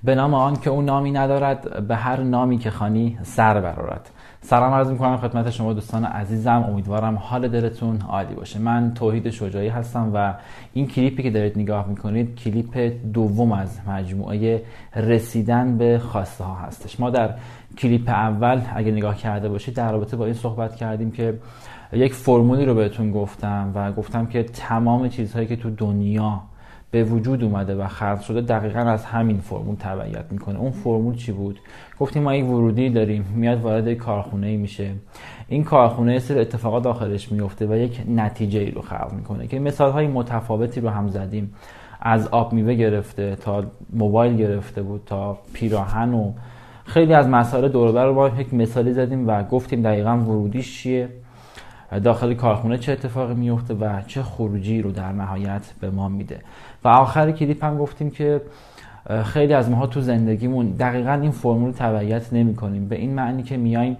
به نام آن که اون نامی ندارد، به هر نامی که خوانی سر برآرد. سلام عرض می‌کنم خدمت شما دوستان عزیزم، امیدوارم حال دلتون عالی باشه. من توحید شجاعی هستم و این کلیپی که دارید نگاه میکنید کلیپ دوم از مجموعه رسیدن به خواسته ها هستش. ما در کلیپ اول اگه نگاه کرده باشید در رابطه با این صحبت کردیم که یک فرمولی رو بهتون گفتم و گفتم که تمام چیزهایی که تو دنیا به وجود اومده و خلق شده دقیقاً از همین فرمول تبعیت میکنه. اون فرمول چی بود؟ گفتیم ما یک ورودی داریم، میاد وارد یک کارخونه میشه، این کارخونه سر اتفاقات داخلش میفته و یک نتیجه ای رو خلق میکنه که مثالهای متفاوتی رو هم زدیم، از آب میوه گرفته تا موبایل گرفته بود تا پیراهن و خیلی از مسائل دور و بر رو با یک مثالی زدیم و گفتیم دقیقاً ورودیش چیه، داخل کارخونه چه اتفاقی میفته و چه خروجی رو در نهایت به ما میده. و آخر کلیپ هم گفتیم که خیلی از ماها تو زندگیمون دقیقاً این فرمول تبعیت نمی‌کنیم، به این معنی که میایم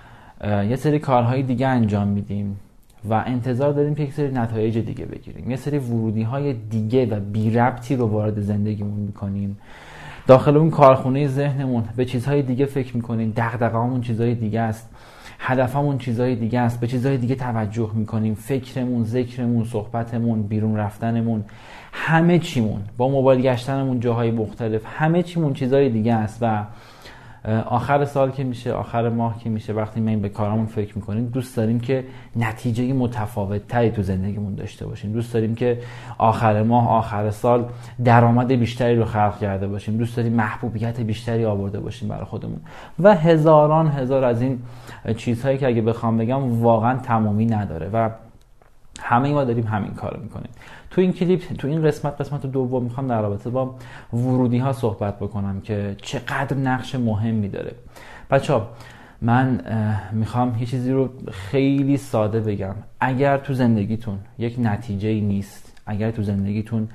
یه سری کارهای دیگه انجام میدیم و انتظار داریم که یک سری نتایج دیگه بگیریم، یه سری ورودی‌های دیگه و بی ربطی رو وارد زندگیمون می‌کنیم. داخل اون کارخونه ذهنمون به چیزهای دیگه فکر می‌کنیم، دغدغه‌مون چیزهای دیگه است، هدفمون چیزهای دیگه است، به چیزهای دیگه توجه میکنیم، فکرمون، ذکرمون، صحبتمون، بیرون رفتنمون، همه چیمون، با موبایل گشتنمون جاهای مختلف، همه چیمون چیزهای دیگه است. و آخر سال که میشه، آخر ماه که میشه، وقتی ما به کارمون فکر میکنیم دوست داریم که نتیجه متفاوت تری تو زندگیمون داشته باشیم، دوست داریم که آخر ماه، آخر سال درآمد بیشتری رو خلق کرده باشیم، دوست داریم محبوبیت بیشتری آورده باشیم برای خودمون و هزاران هزار از این چیزهایی که اگه بخوام بگم واقعا تمامی نداره و همه ما داریم همین کارو میکنیم. تو این کلیپ، تو این قسمت دوم میخوام در رابطه با ورودی ها صحبت بکنم که چقدر نقش مهمی داره. بچه‌ها من میخوام یه چیزی رو خیلی ساده بگم. اگر تو زندگیتون یک نتیجه‌ای نیست، اگر تو زندگیتون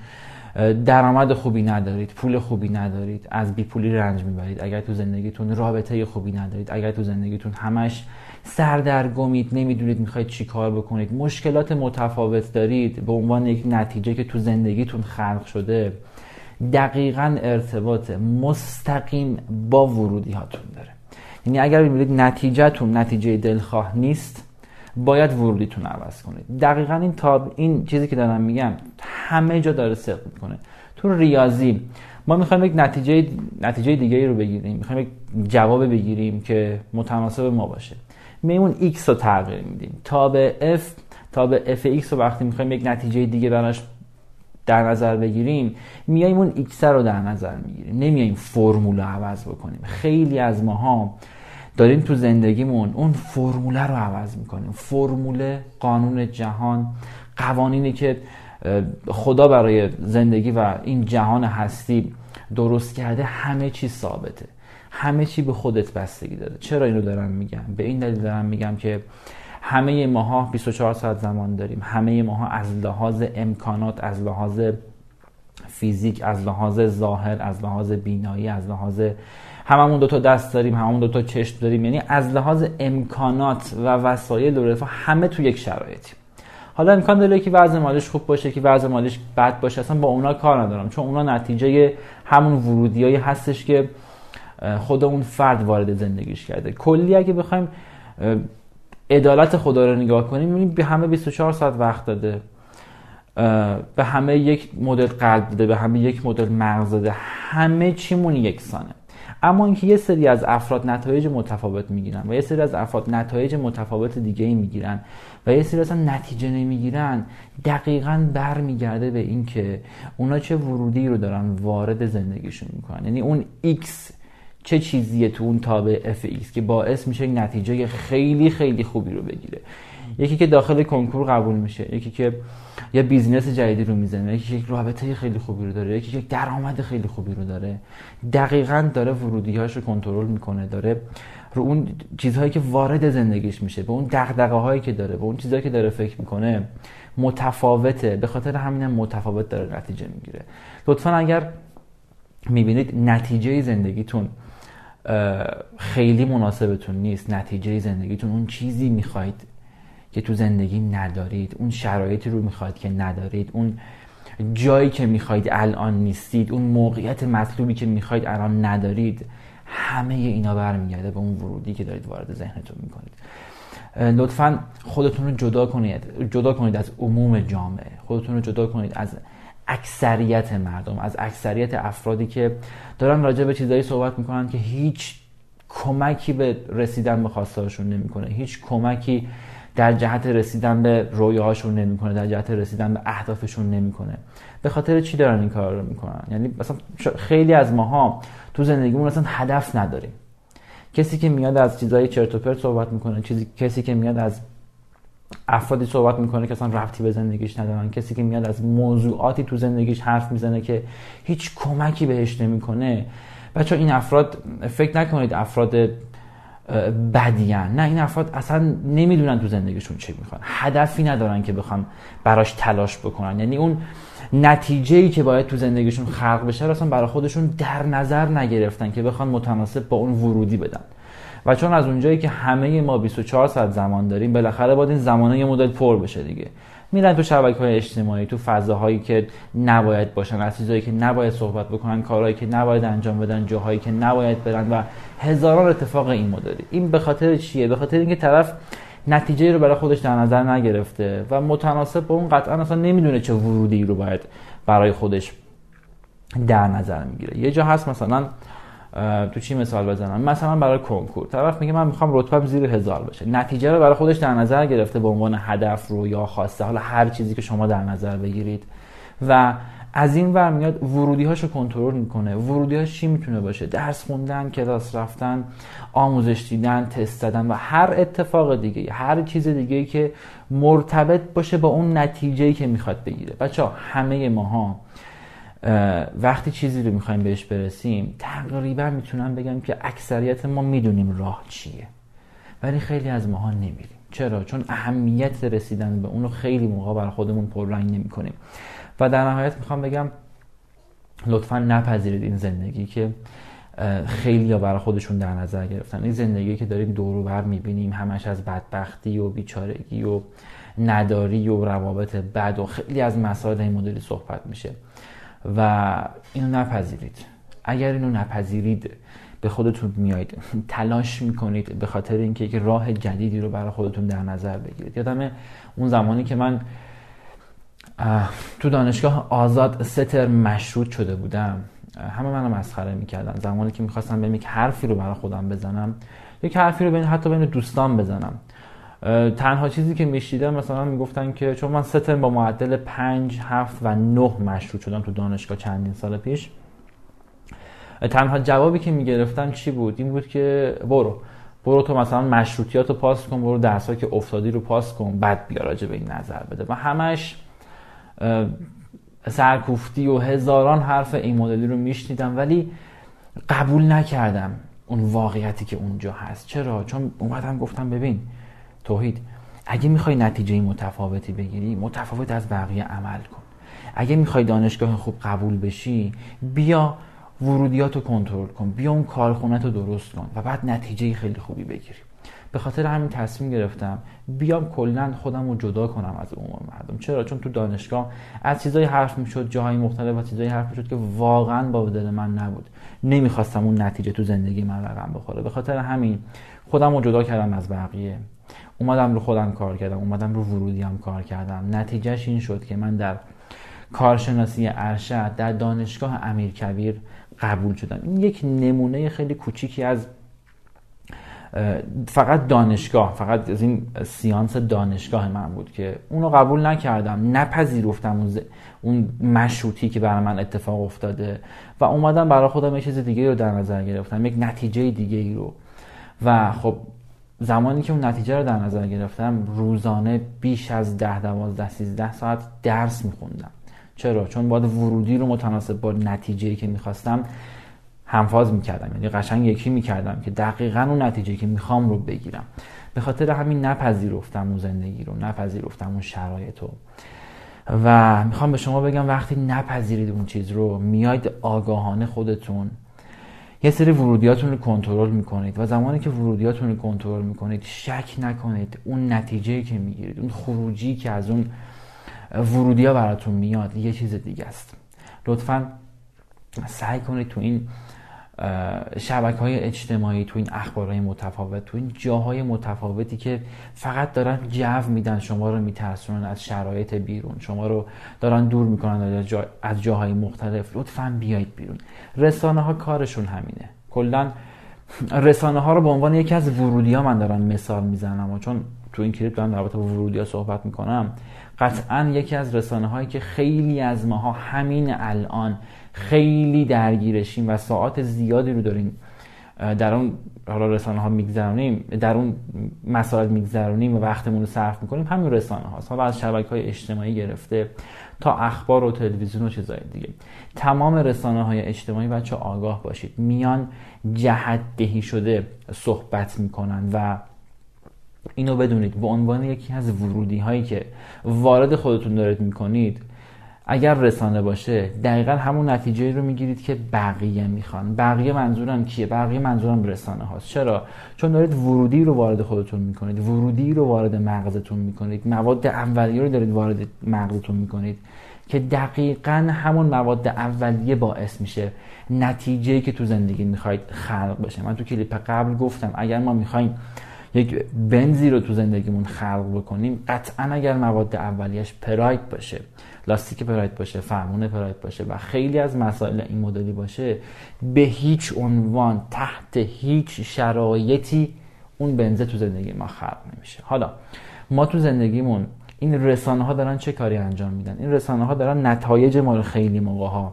درآمد خوبی ندارید، پول خوبی ندارید، از بیپولی رنج میبرید، اگر تو زندگیتون رابطه خوبی ندارید، اگر تو زندگیتون همش سردرگمید، نمیدونید میخواید چی کار بکنید، مشکلات متفاوت دارید، به عنوان یک نتیجه که تو زندگیتون خلق شده دقیقاً ارتباط مستقیم با ورودی هاتون داره. یعنی اگر ببینید نتیجهتون نتیجه دلخواه نیست، باید ورودیتون عوض کنید. دقیقاً این چیزی که دارم میگم همه جا داره صدق میکنه. تو ریاضی ما میخوایم یک نتیجه دیگه رو بگیریم، میخوایم یک جواب بگیریم که متناسب ما باشه، میمون x رو تغییر میدیم تا به f x رو وقتی میخوایم یک نتیجه دیگه براش در نظر بگیریم میایم اون x رو در نظر میگیریم، نمیایم فرمول رو عوض بکنیم. خیلی از ماها داریم تو زندگیمون اون فرموله رو عوض میکنیم، فرموله، قانون جهان، قوانینی که خدا برای زندگی و این جهان هستی درست کرده، همه چی ثابته، همه چی به خودت بستگی داره. چرا اینو دارم میگم؟ به این دلیل دارم میگم که همه ماها 24 ساعت زمان داریم، همه ماها از لحاظ امکانات، از لحاظ فیزیک، از لحاظ ظاهر، از لحاظ بینایی، از لحاظ هممون 2 دست داریم، هممون 2 چشم داریم، یعنی از لحاظ امکانات و وسایل و رفاه همه تو یک شرایطی. حالا امکان داره که وضع مالیش خوب باشه، که وضع مالیش بد باشه، اصلا با اونا کار ندارم، چون اونا نتیجه همون ورودیایی هستش که خود اون فرد وارد زندگیش کرده. کلی اگه بخوایم عدالت خدا رو نگاه کنیم می‌بینیم به همه 24 ساعت وقت داده، به همه یک مدل قلب داده، به همه یک مدل مغز داده، همه چیمون یکسانه. اما اینکه یه سری از افراد نتایج متفاوت میگیرن و یه سری از افراد نتایج متفاوت دیگه ای میگیرن و یه سری اصلا نتیجه نمیگیرن، دقیقاً برمیگرده به این که اونا چه ورودی رو دارن وارد زندگیشون میکنن. یعنی اون x چه چیزیه تو اون تابع fx که باعث میشه یک نتیجه خیلی خیلی خوبی رو بگیره. یکی که داخل کنکور قبول میشه، یکی که یه بیزینس جدیدی رو میزنه، یکی که یک رابطه خیلی خوبی رو داره، یکی که یک درآمد خیلی خوبی رو داره، دقیقاً داره ورودی‌هاش رو کنترل میکنه، داره رو اون چیزهایی که وارد زندگیش میشه، به اون دغدغه‌هایی که داره، به اون چیزهایی که داره فکر میکنه متفاوته، به خاطر همین متفاوت داره نتیجه میگیره. لطفاً اگر میبینید نتیجه زندگیتون خیلی مناسبتون نیست، نتیجه زندگیتون اون چیزی میخواید که تو زندگی ندارید، اون شرایطی رو میخواید که ندارید، اون جایی که میخواید الان نیستید، اون موقعیت مطلوبی که میخواید الان ندارید، همه اینا برمیگرده به اون ورودی که دارید وارد ذهنتون میکنید. لطفاً خودتون رو جدا کنید از عموم جامعه، خودتون رو جدا کنید از اکثریت مردم، از اکثریت افرادی که دارن راجع به چیزایی صحبت میکنن که هیچ کمکی به رسیدن به خواستهاشون نمیکنه، هیچ کمکی در جهت رسیدن به رویاهاشون نمیکنه، در جهت رسیدن به اهدافشون نمیکنه. به خاطر چی دارن این کار رو میکنن؟ یعنی مثلا خیلی از ماها تو زندگیمون اصلا هدف نداریم. کسی که میاد از چیزای چرت و پرت صحبت میکنه، کسی که میاد از افرادی صحبت میکنه که اصلا ربطی به زندگیش ندارن، کسی که میاد از موضوعاتی تو زندگیش حرف میزنه که هیچ کمکی بهش نمیکنه. بچه‌ها این افراد فکر نکنید افراد بدیان، نه، این افراد اصلا نمیدونن تو زندگیشون چی میخوان، هدفی ندارن که بخوان براش تلاش بکنن. یعنی اون نتیجه‌ای که باید تو زندگیشون خلق بشه اصلا برای خودشون در نظر نگرفتن که بخوان متناسب با اون ورودی بدن. و چون از اونجایی که همه ما 24 ساعت زمان داریم، بالاخره باید این زمانه یه مدل پر بشه دیگه. میرن تو شبکه‌های اجتماعی، تو فضاهایی که نباید باشن، از چیزایی که نباید صحبت بکنن، کارهایی که نباید انجام بدن، جاهایی که نباید برن و هزاران اتفاق این مدلی. این به خاطر چیه؟ به خاطر اینکه طرف نتیجه رو برای خودش در نظر نگرفته و متناسب با اون قطعا اصلا نمیدونه چه ورودی رو باید برای خودش در نظر میگیره. یه جا هست مثلا تو چی مثال بزنم، مثلا برای کنکور طرف میگه من میخوام رتبه‌ام زیر 1000 بشه، نتیجه رو برای خودش در نظر گرفته به عنوان هدف رو یا خواسته، حالا هر چیزی که شما در نظر بگیرید، و از این ور میاد ورودی‌هاشو کنترل میکنه. ورودی‌هاش چی میتونه باشه؟ درس خوندن، کلاس رفتن، آموزش دیدن، تست دادن و هر اتفاق دیگه، هر چیز دیگه‌ای که مرتبط باشه با اون نتیجه‌ای که میخواد بگیره. بچه‌ها همه ماها وقتی چیزی رو میخوایم بهش برسیم، تقریبا میتونم بگم که اکثریت ما میدونیم راه چیه، ولی خیلی از ماها نمیریم. چرا؟ چون اهمیت رسیدن به اون رو خیلی موقع برای خودمون پررنگ نمی‌کنیم. و در نهایت میخوام بگم لطفاً نپذیرید این زندگی که خیلی ها برای خودشون در نظر گرفتن، این زندگی که داریم دور و بر میبینیم همش از بدبختی و بیچارگی و نداری و روابط بد و خیلی از مسائل این مدلی صحبت میشه و اینو نپذیرید. اگر اینو نپذیرید به خودتون میایید تلاش میکنید به خاطر اینکه یک راه جدیدی رو برای خودتون در نظر بگیرید. یادمه اون زمانی که من تو دانشگاه آزاد 3 ترم مشروط شده بودم، همه منو مسخره میکردن. زمانی که میخواستم برم یک حرفی رو برای خودم بزنم، یک حرفی رو حتی بین دوستان بزنم، تنها چیزی که میشیدم مثلا میگفتن که چون من 3 ترم با معدل 5, 7 و 9 مشروط شدم تو دانشگاه چندین سال پیش، تنها جوابی که میگرفتم چی بود؟ این بود که برو تو مثلا مشروطیاتو پاس کن، برو درسایی که افتادی رو پاس کن، بعد بیا راجع به این نظر بده. و همش سرکوفتی و هزاران حرف این مدلی رو میشنیدم، ولی قبول نکردم اون واقعیتی که اونجا هست. چرا؟ چون اومدم گفتم ببین توحید، اگه میخوای نتیجه متفاوتی بگیری، متفاوت از بقیه عمل کن. اگه میخوای دانشگاه خوب قبول بشی، بیا ورودیاتو کنترل کن، بیا اون کارخونه‌تو درست کن و بعد نتیجه خیلی خوبی بگیری. به خاطر همین تصمیم گرفتم بیام کلاً خودم رو جدا کنم از عموم مردم. چرا؟ چون تو دانشگاه از چیزایی حرف میشد، جاهای مختلف از چیزایی حرف میشد که واقعاً با دل من نبود. نمیخواستم اون نتیجه تو زندگی من رقم بخوره. به خاطر همین خودم رو جدا کردم از بقیه. اومدم رو خودم کار کردم، اومدم رو ورودیم کار کردم. نتیجهش این شد که من در کارشناسی ارشد در دانشگاه امیرکبیر قبول شدم. این یک نمونه خیلی کوچیکی از فقط از این سیانس دانشگاه من بود که اونو قبول نکردم، نپذیرفتم اون مشروطی که برای من اتفاق افتاده و اومدم برای خودم یک چیز دیگه رو در نظر گرفتم، یک نتیجه دیگه ای رو. و خب زمانی که اون نتیجه رو در نظر گرفتم، روزانه بیش از 10, 12, 13 ساعت درس میخوندم. چرا؟ چون باید ورودی رو متناسب با نتیجه‌ای که میخواستم همفاز میکردم، یعنی قشنگ یکی میکردم که دقیقاً اون نتیجه‌ای که میخوام رو بگیرم. به خاطر همین نپذیرفتم اون زندگی رو، نپذیرفتم اون شرایط رو. و میخوام به شما بگم وقتی نپذیرید اون چیز رو، میاید آگاهانه خودتون یه سری ورودیاتون رو کنترل میکنید و زمانی که ورودیاتون رو کنترل میکنید، شک نکنید اون نتیجه‌ای که میگیرید، اون خروجی که از اون ورودی ها براتون میاد یه چیز دیگه است. لطفاً سعی کنید تو این شبکه‌های اجتماعی، تو این اخبارهای متفاوت، تو این جاهای متفاوتی که فقط دارن جو میدن، شما رو میترسونن از شرایط بیرون، شما رو دارن دور میکنن از جاهای مختلف، لطفاً بیایید بیرون. رسانه ها کارشون همینه. کلاً رسانه ها رو به عنوان یکی از ورودی ها من دارم مثال میزنم، و چون تو این کلیپ دارم در مورد ورودی ها صحبت میکنم، قطعاً یکی از رسانه هایی که خیلی از ماها همین الان خیلی درگیرشیم و ساعات زیادی رو داریم در اون رسانه ها میگذرونیم، در اون مسائل میگذرونیم و وقتمون رو صرف میکنیم، همین رسانه هاست. حالا از شبکه‌های اجتماعی گرفته تا اخبار و تلویزیون و چیزای دیگه، تمام رسانه های اجتماعی بچه آگاه باشید میان جهت‌دهی شده صحبت میکنن و اینو بدونید به عنوان یکی از ورودی هایی که وارد خودتون دارید میکنید، اگر رسانه باشه دقیقا همون نتیجه رو میگیرید که بقیه میخوان. بقیه منظورم کیه؟ بقیه منظورم رسانه هاست. چرا؟ چون دارید ورودی رو وارد خودتون میکنید، ورودی رو وارد مغزتون میکنید، مواد اولیه رو دارید وارد مغزتون میکنید که دقیقا همون مواد اولیه باعث میشه نتیجه‌ای که تو زندگی میخواید خلق بشه. من تو کلیپ قبل گفتم اگر ما میخوایم یک بنزی رو تو زندگیمون خلق بکنیم، قطعا اگر مواد اولیش پراید باشه، لاستیک پراید باشه، فرمون پراید باشه و خیلی از مسائل این مدلی باشه، به هیچ عنوان تحت هیچ شرایطی اون بنز تو زندگی ما خلق نمیشه. حالا ما تو زندگیمون این رسانه ها دارن چه کاری انجام میدن؟ این رسانه ها دارن نتایج ما رو خیلی موقع ها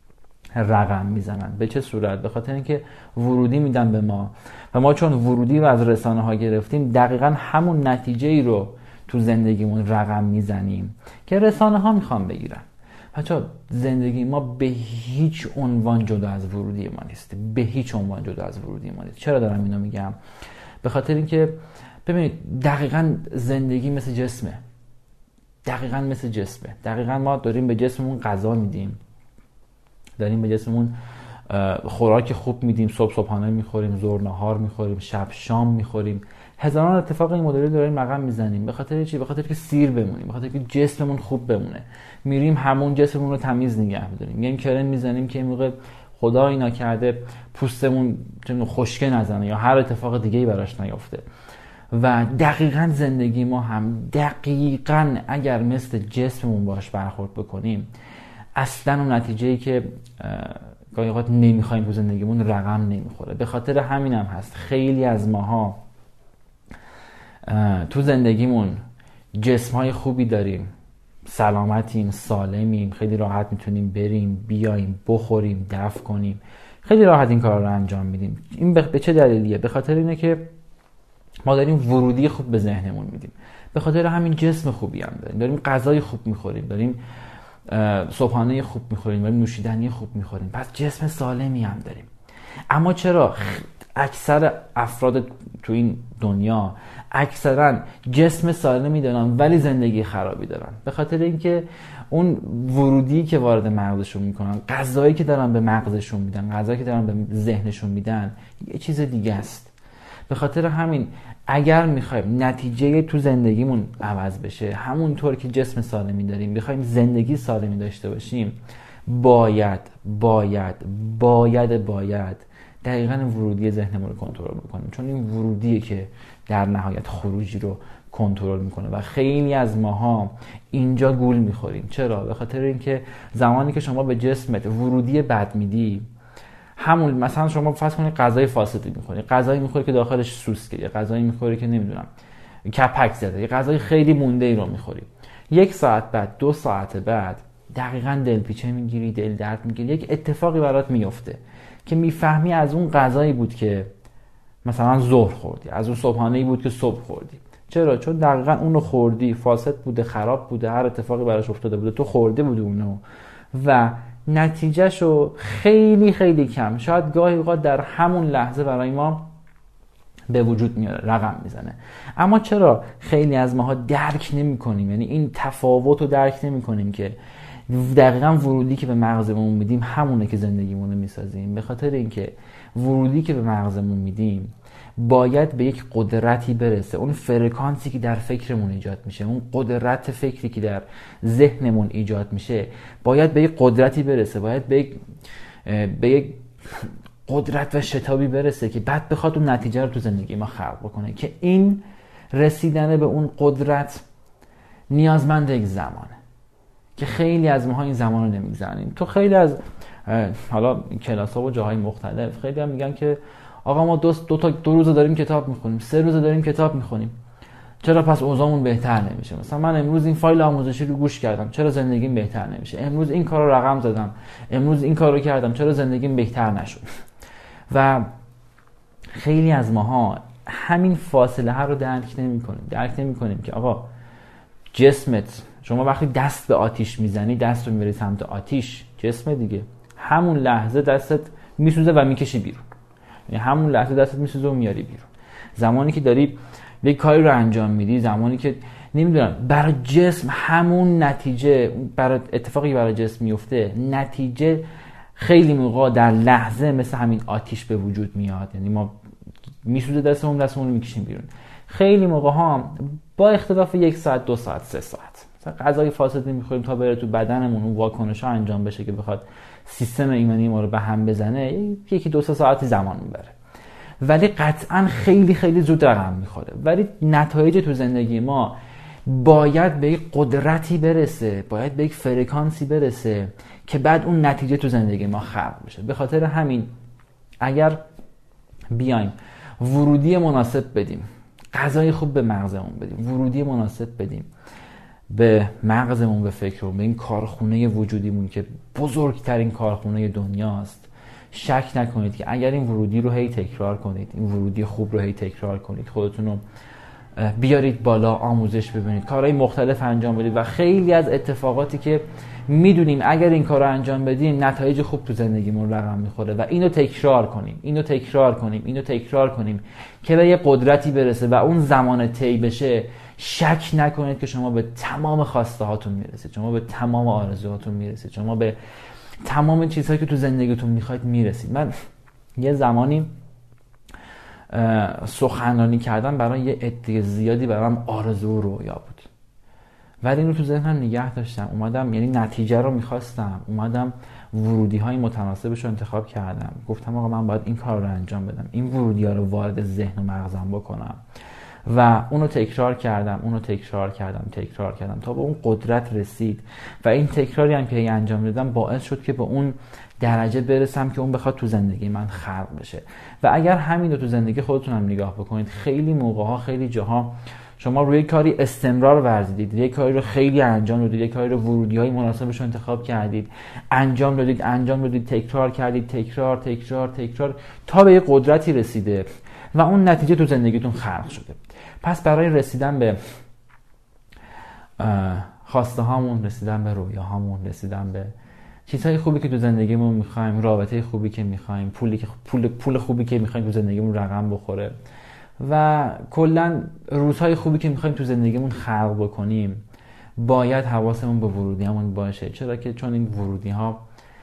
رقم میزنن. به چه صورت؟ به خاطر اینکه ورودی میدن به ما و ما چون ورودی رو از رسانه ها گرفتیم دقیقاً همون نتیجه‌ای رو تو زندگیمون رقم میزنیم که رسانه ها میخوان بگیرن. بچه‌ها زندگی ما به هیچ عنوان جدا از ورودی ما نیست، به هیچ عنوان جدا از ورودی ما نیست. چرا دارم اینو میگم؟ به خاطر اینکه ببینید دقیقاً زندگی مثل جسمه، دقیقاً ما داریم به جسممون غذا میدیم، داریم به جسممون خوراک خوب میدیم، صبحانه میخوریم، ظهر نهار میخوریم، شب شام میخوریم، هزاران اتفاق این مدلی داریم رقم میزنیم. به خاطر چی؟ به خاطر که سیر بمونیم، به خاطر که جسممون خوب بمونه. میریم همون جسممون رو تمیز نگه می‌داریم، میایم کرم میزنیم که این موقع خدا اینا کرده پوستمون خشکه نزنه یا هر اتفاق دیگه‌ای براش نیفته. و دقیقاً زندگی ما هم دقیقاً اگر مثل جسممون باش برخورد بکنیم، اصلا اون نتیجه‌ای که گاهی اوقات نمیخوایم تو زندگیمون رقم نمیخوره. به خاطر همین هم هست خیلی از ماها تو زندگیمون جسم‌های خوبی داریم، سلامتیم، سالمیم، خیلی راحت میتونیم بریم بیایم، بخوریم، دفع کنیم، خیلی راحت این کار رو انجام میدیم. این به چه دلیلیه؟ به خاطر اینه که ما داریم ورودی خوب به ذهنمون میدیم، به خاطر همین جسم خوبی هم داریم غذای خوب میخوریم، داریم صبحانه خوب میخوریم، داریم نوشیدنی خوب میخوریم، پس جسم سالمی هم داریم. اما چرا اکثر افراد تو این دنیا اکثرا جسم سالمی دارن ولی زندگی خرابی دارن؟ به خاطر اینکه اون ورودی که وارد مغزشون میکنن، غذایی که دارن به مغزشون میدن، غذایی که دارن به ذهنشون میدن یه چیز دیگه است. به خاطر همین اگر میخوایم نتیجه تو زندگیمون عوض بشه، همونطور که جسم سالمی داریم بخوایم زندگی سالمی داشته باشیم، باید دقیقاً ورودی ذهنمون رو کنترل بکنیم، چون این ورودیه که در نهایت خروجی رو کنترل میکنه و خیلی از ماها اینجا گول میخوریم. چرا؟ به خاطر اینکه زمانی که شما به جسمت ورودی بد میدی، همون مثلا شما فرض کنید غذای فاسدی میخوری، غذایی میخوری که داخلش سوسکه، غذایی میخوری که نمیدونم کپک زده، یه غذای خیلی مونده ای رو میخوری، 1 ساعت بعد 2 ساعت بعد دقیقاً دلپیچه میگیری، دل درد میگیری، یک اتفاقی برات میفته که میفهمی از اون غذایی بود که مثلا ظهر خوردی، از اون صبحانه‌ای بود که صبح خوردی. چرا؟ چون دقیقاً اون رو خوردی، فاسد بوده، خراب بوده، هر اتفاقی براش افتاده بوده، تو خورده بودی اونو و نتیجهشو خیلی خیلی کم، شاید گاهی اوقات در همون لحظه برای ما به وجود میاره، رقم میزنه. اما چرا خیلی از ماها درک نمی کنیم، یعنی این تفاوت رو درک نمی کنیم که دقیقاً ورودی که به مغزمون میدیم همونه که زندگیمون رو میسازیم. به خاطر اینکه ورودی که به مغزمون میدیم باید به یک قدرتی برسه، اون فرکانسی که در فکرمون ایجاد میشه، اون قدرت فکری که در ذهنمون ایجاد میشه باید به یک قدرتی برسه، باید به یک قدرت و شتابی برسه که بعد بخواد اون نتیجه رو تو زندگی ما خلق بکنه. که این رسیدن به اون قدرت نیازمند یک زمانه که خیلی از ماها این زمان رو نمیگذرونیم. تو خیلی از حالا کلاس‌ها و جاهای مختلف خیلی هم میگن که آقا ما دو روز داریم کتاب میخونیم، 3 روز داریم کتاب میخونیم، چرا پس اوضاعمون بهتر نمیشه؟ مثلا من امروز این فایل آموزشی رو گوش کردم، چرا زندگیم بهتر نمیشه؟ امروز این کار رو رقم زدم، امروز این کار رو کردم، چرا زندگیم بهتر نشد؟ و خیلی از ماها همین فاصله ها رو درک نمی‌کنیم که آقا جسمت، شما وقتی دست به آتیش میزنی، دست رو میبری سمت آتیش، جسم دیگه همون لحظه دستت میسوزه و میکشی بیرون، یعنی همون لحظه دستت میسوزه و میاری بیرون. زمانی که داری یک کاری رو انجام میدی، زمانی که نمیدونم برای جسم همون نتیجه، برای اتفاقی برای جسم میفته، نتیجه خیلی موقع در لحظه مثل همین آتیش به وجود میاد، یعنی ما میسوزه دستمون رو میکشیم بیرون. خیلی موقع ها با اختلاف 1 ساعت 2 ساعت 3 ساعت مثلا غذای فاسدی میخوریم تا بره تو بدنمون اون واکنش ها انجام بشه که بخواد سیستم ایمنی ما رو به هم بزنه، 1-2 ساعتی زمان میبره، ولی قطعا خیلی خیلی زود رقم میخوره. ولی نتایج تو زندگی ما باید به یک قدرتی برسه، باید به یک فرکانسی برسه که بعد اون نتیجه تو زندگی ما خلق بشه. به خاطر همین اگر بیایم ورودی مناسب بدیم، غذای خوب به مغزمون بدیم، ورودی مناسب بدیم به مغزمون، به فکرمون، به این کارخونه وجودیمون که بزرگترین کارخونه دنیاست، شک نکنید که اگر این ورودی رو هی تکرار کنید، این ورودی خوب رو هی تکرار کنید، خودتون رو بیارید بالا، آموزش ببینید، کارهای مختلف انجام بدید و خیلی از اتفاقاتی که میدونیم اگر این کار رو انجام بدیم نتایج خوب تو زندگیمون رقم میخوره و اینو تکرار کنیم که به یه قدرتی برسه و اون زمان طی بشه، شک نکنید که شما به تمام خواسته هاتون میرسید، شما به تمام آرزوهاتون میرسید، شما به تمام چیزهایی که تو زندگیتون میخواید میرسید. من یه زمانی سخنرانی کردم برای یه عده زیادی، برام آرزو و رویا بود، ولی اینو تو ذهنم نگه داشتم، اومدم یعنی نتیجه رو میخواستم، اومدم ورودی های متناسبش رو انتخاب کردم، گفتم آقا من باید این کار رو انجام بدم، این ورودی ها رو وارد ذهن و مغزم بکنم و اونو تکرار کردم تا به اون قدرت رسید و این تکراری هم که انجام دادم باعث شد که به اون درجه برسم که اون بخواد تو زندگی من خلق بشه. و اگر همین رو تو زندگی خودتون هم نگاه بکنید، خیلی موقع‌ها، خیلی جاها شما روی کاری استمرار ورزیدید، یک کاری رو خیلی انجام دادید، یک کاری رو ورودی‌های مناسبش رو انتخاب کردید، انجام دادید، تکرار کردید، تکرار تا به یک قدرتی رسیده و اون نتیجه تو زندگیتون خلق شده. پس برای رسیدن به خواسته هامون، رسیدن به رویا هامون، رسیدن به چیزهای خوبی که تو زندگیمون می‌خوایم، رابطه خوبی که می‌خوایم، پول خوبی که می‌خوایم تو زندگیمون رقم بخوره و کلا روزهای خوبی که می‌خوایم تو زندگیمون خلق بکنیم، باید حواسمون به ورودیامون باشه. چون این ورودی‌ها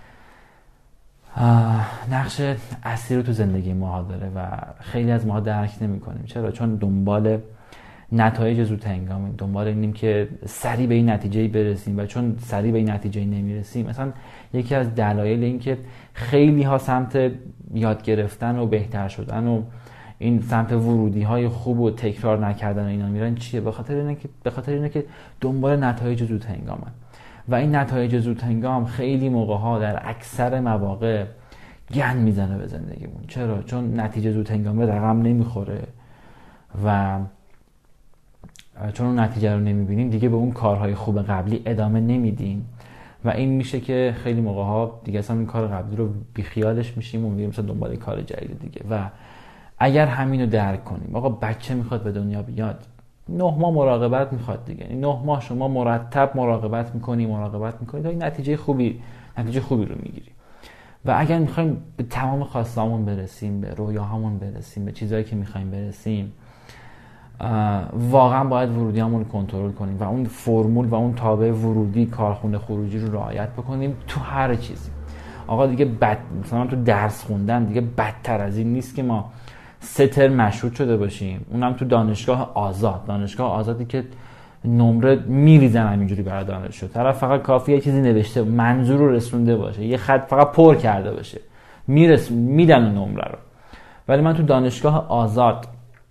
نقش اصلی رو تو زندگی ما داره و خیلی از ما درک نمی‌کنیم. چون دنبال نتایج زود هنگامیم، دنبال اینیم که سریع به این نتیجه‌ای برسیم و چون سریع به این نتیجه نمیرسیم، مثلا یکی از دلایل این که خیلی ها سمت یاد گرفتن و بهتر شدن و این سمت ورودی‌های خوب و تکرار نکردن و اینا میرن چیه؟ به خاطر اینه که دنبال نتایج زود هنگامن و این نتایج زود هنگام خیلی موقع‌ها در اکثر مواقع گند میزنه به زندگیمون. چرا؟ چون نتیجه زود هنگام رقم نمیخوره و چون اون نتیجه رو نمیبینیم دیگه به اون کارهای خوب قبلی ادامه نمیدیم و این میشه که خیلی موقع‌ها دیگه اصلا این کار قبلی رو بیخیالش میشیم و میریم مثلا دنبال کار جدید دیگه. و اگر همین رو درک کنیم، آقا بچه میخواد به دنیا بیاد، 9 ماه مراقبت میخواد دیگه، یعنی 9 ماه شما مرتب مراقبت میکنی تا این نتیجه خوبی رو میگیری. و اگر میخوایم به تمام خواسته‌هامون برسیم، به رویاهامون برسیم، به چیزایی که میخوایم برسیم، واقعا باید ورودیامون رو کنترل کنیم و اون فرمول و اون تابع ورودی کارخونه خروجی رو رعایت بکنیم تو هر چیزی. آقا دیگه مثلا تو درس خوندن دیگه بدتر از این نیست که ما 3 ترم مشروط شده باشیم، اونم تو دانشگاه آزادی که نمره میریزن همینجوری برای دانشجو. طرف فقط کافیه یه چیزی نوشته، منظور رو رسونده باشه، یه خط فقط پر کرده باشه، میدن اون نمره رو. ولی من تو دانشگاه آزاد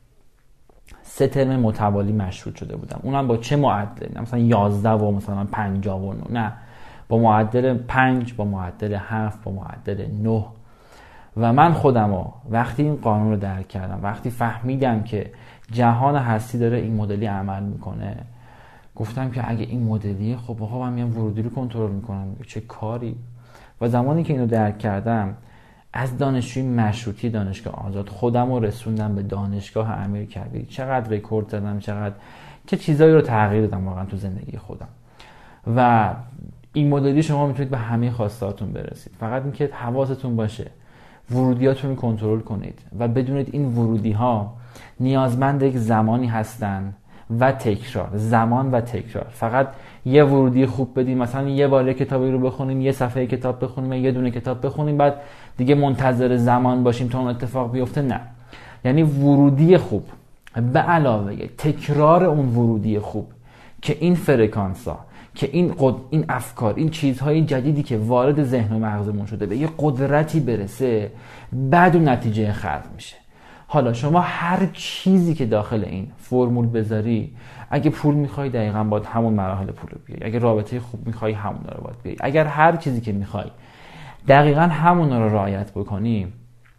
3 ترم متوالی مشروط شده بودم، اونم با چه معدلی؟ مثلا 11 و مثلا 59، نه، با معدل 5، با معدل 7، با معدل 9. و من خودمو وقتی این قانون رو درک کردم، وقتی فهمیدم که جهان هستی داره این مدلی عمل میکنه، گفتم که اگه این مدلیه، خب آقا من میام ورودی رو کنترل میکنم، چه کاری. و زمانی که اینو درک کردم، از دانشجوی مشروطی دانشگاه آزاد خودم رو رسوندم به دانشگاه امیرکبیر. چقدر رکورد زدم، چه چیزایی رو تغییر دادم واقعا تو زندگی خودم. و این مدلی شما میتونید به همه خواستهاتون برسید. فقط اینکه حواستون باشه ورودیاتون رو کنترل کنید و بدونید این ورودی ها نیازمند یک زمانی هستن و تکرار، زمان و تکرار. فقط یه ورودی خوب بدیم، مثلا یه بار کتابی رو بخونیم، یه صفحه کتاب بخونیم، یه دونه کتاب بخونیم، بعد دیگه منتظر زمان باشیم تا اون اتفاق بیفته، نه. یعنی ورودی خوب به علاوه تکرار اون ورودی خوب که این فرکانسا، که این افکار، این چیزهای جدیدی که وارد ذهن و مغزمون شده به یه قدرتی برسه، بعد اون نتیجه خلق میشه. حالا شما هر چیزی که داخل این فرمول بذاری، اگه پول میخوای دقیقاً باید همون مراحل پول رو بیاری، اگه رابطه خوب میخوای همون رو باید بیاری، اگر هر چیزی که میخوای دقیقاً همون رو رعایت بکنی،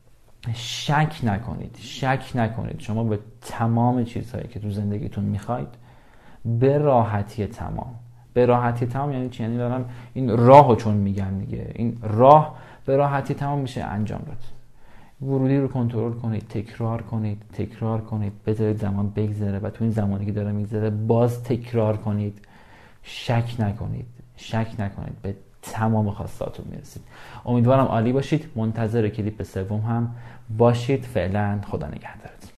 شک نکنید شما به تمام چیزهایی که تو زندگیتون میخواید به راحتی تمام. یعنی چی؟ یعنی دارم این راهو چون میگم دیگه، این راه به راحتی تمام میشه انجام داد. ورودی رو کنترل کنید، تکرار کنید، بذارید زمان بگذره و تو این زمانی که داره میگذره باز تکرار کنید. شک نکنید به تمام خواستاتون میرسید. امیدوارم عالی باشید. منتظر کلیپ سوم هم باشید. فعلا خدا نگهدارتون.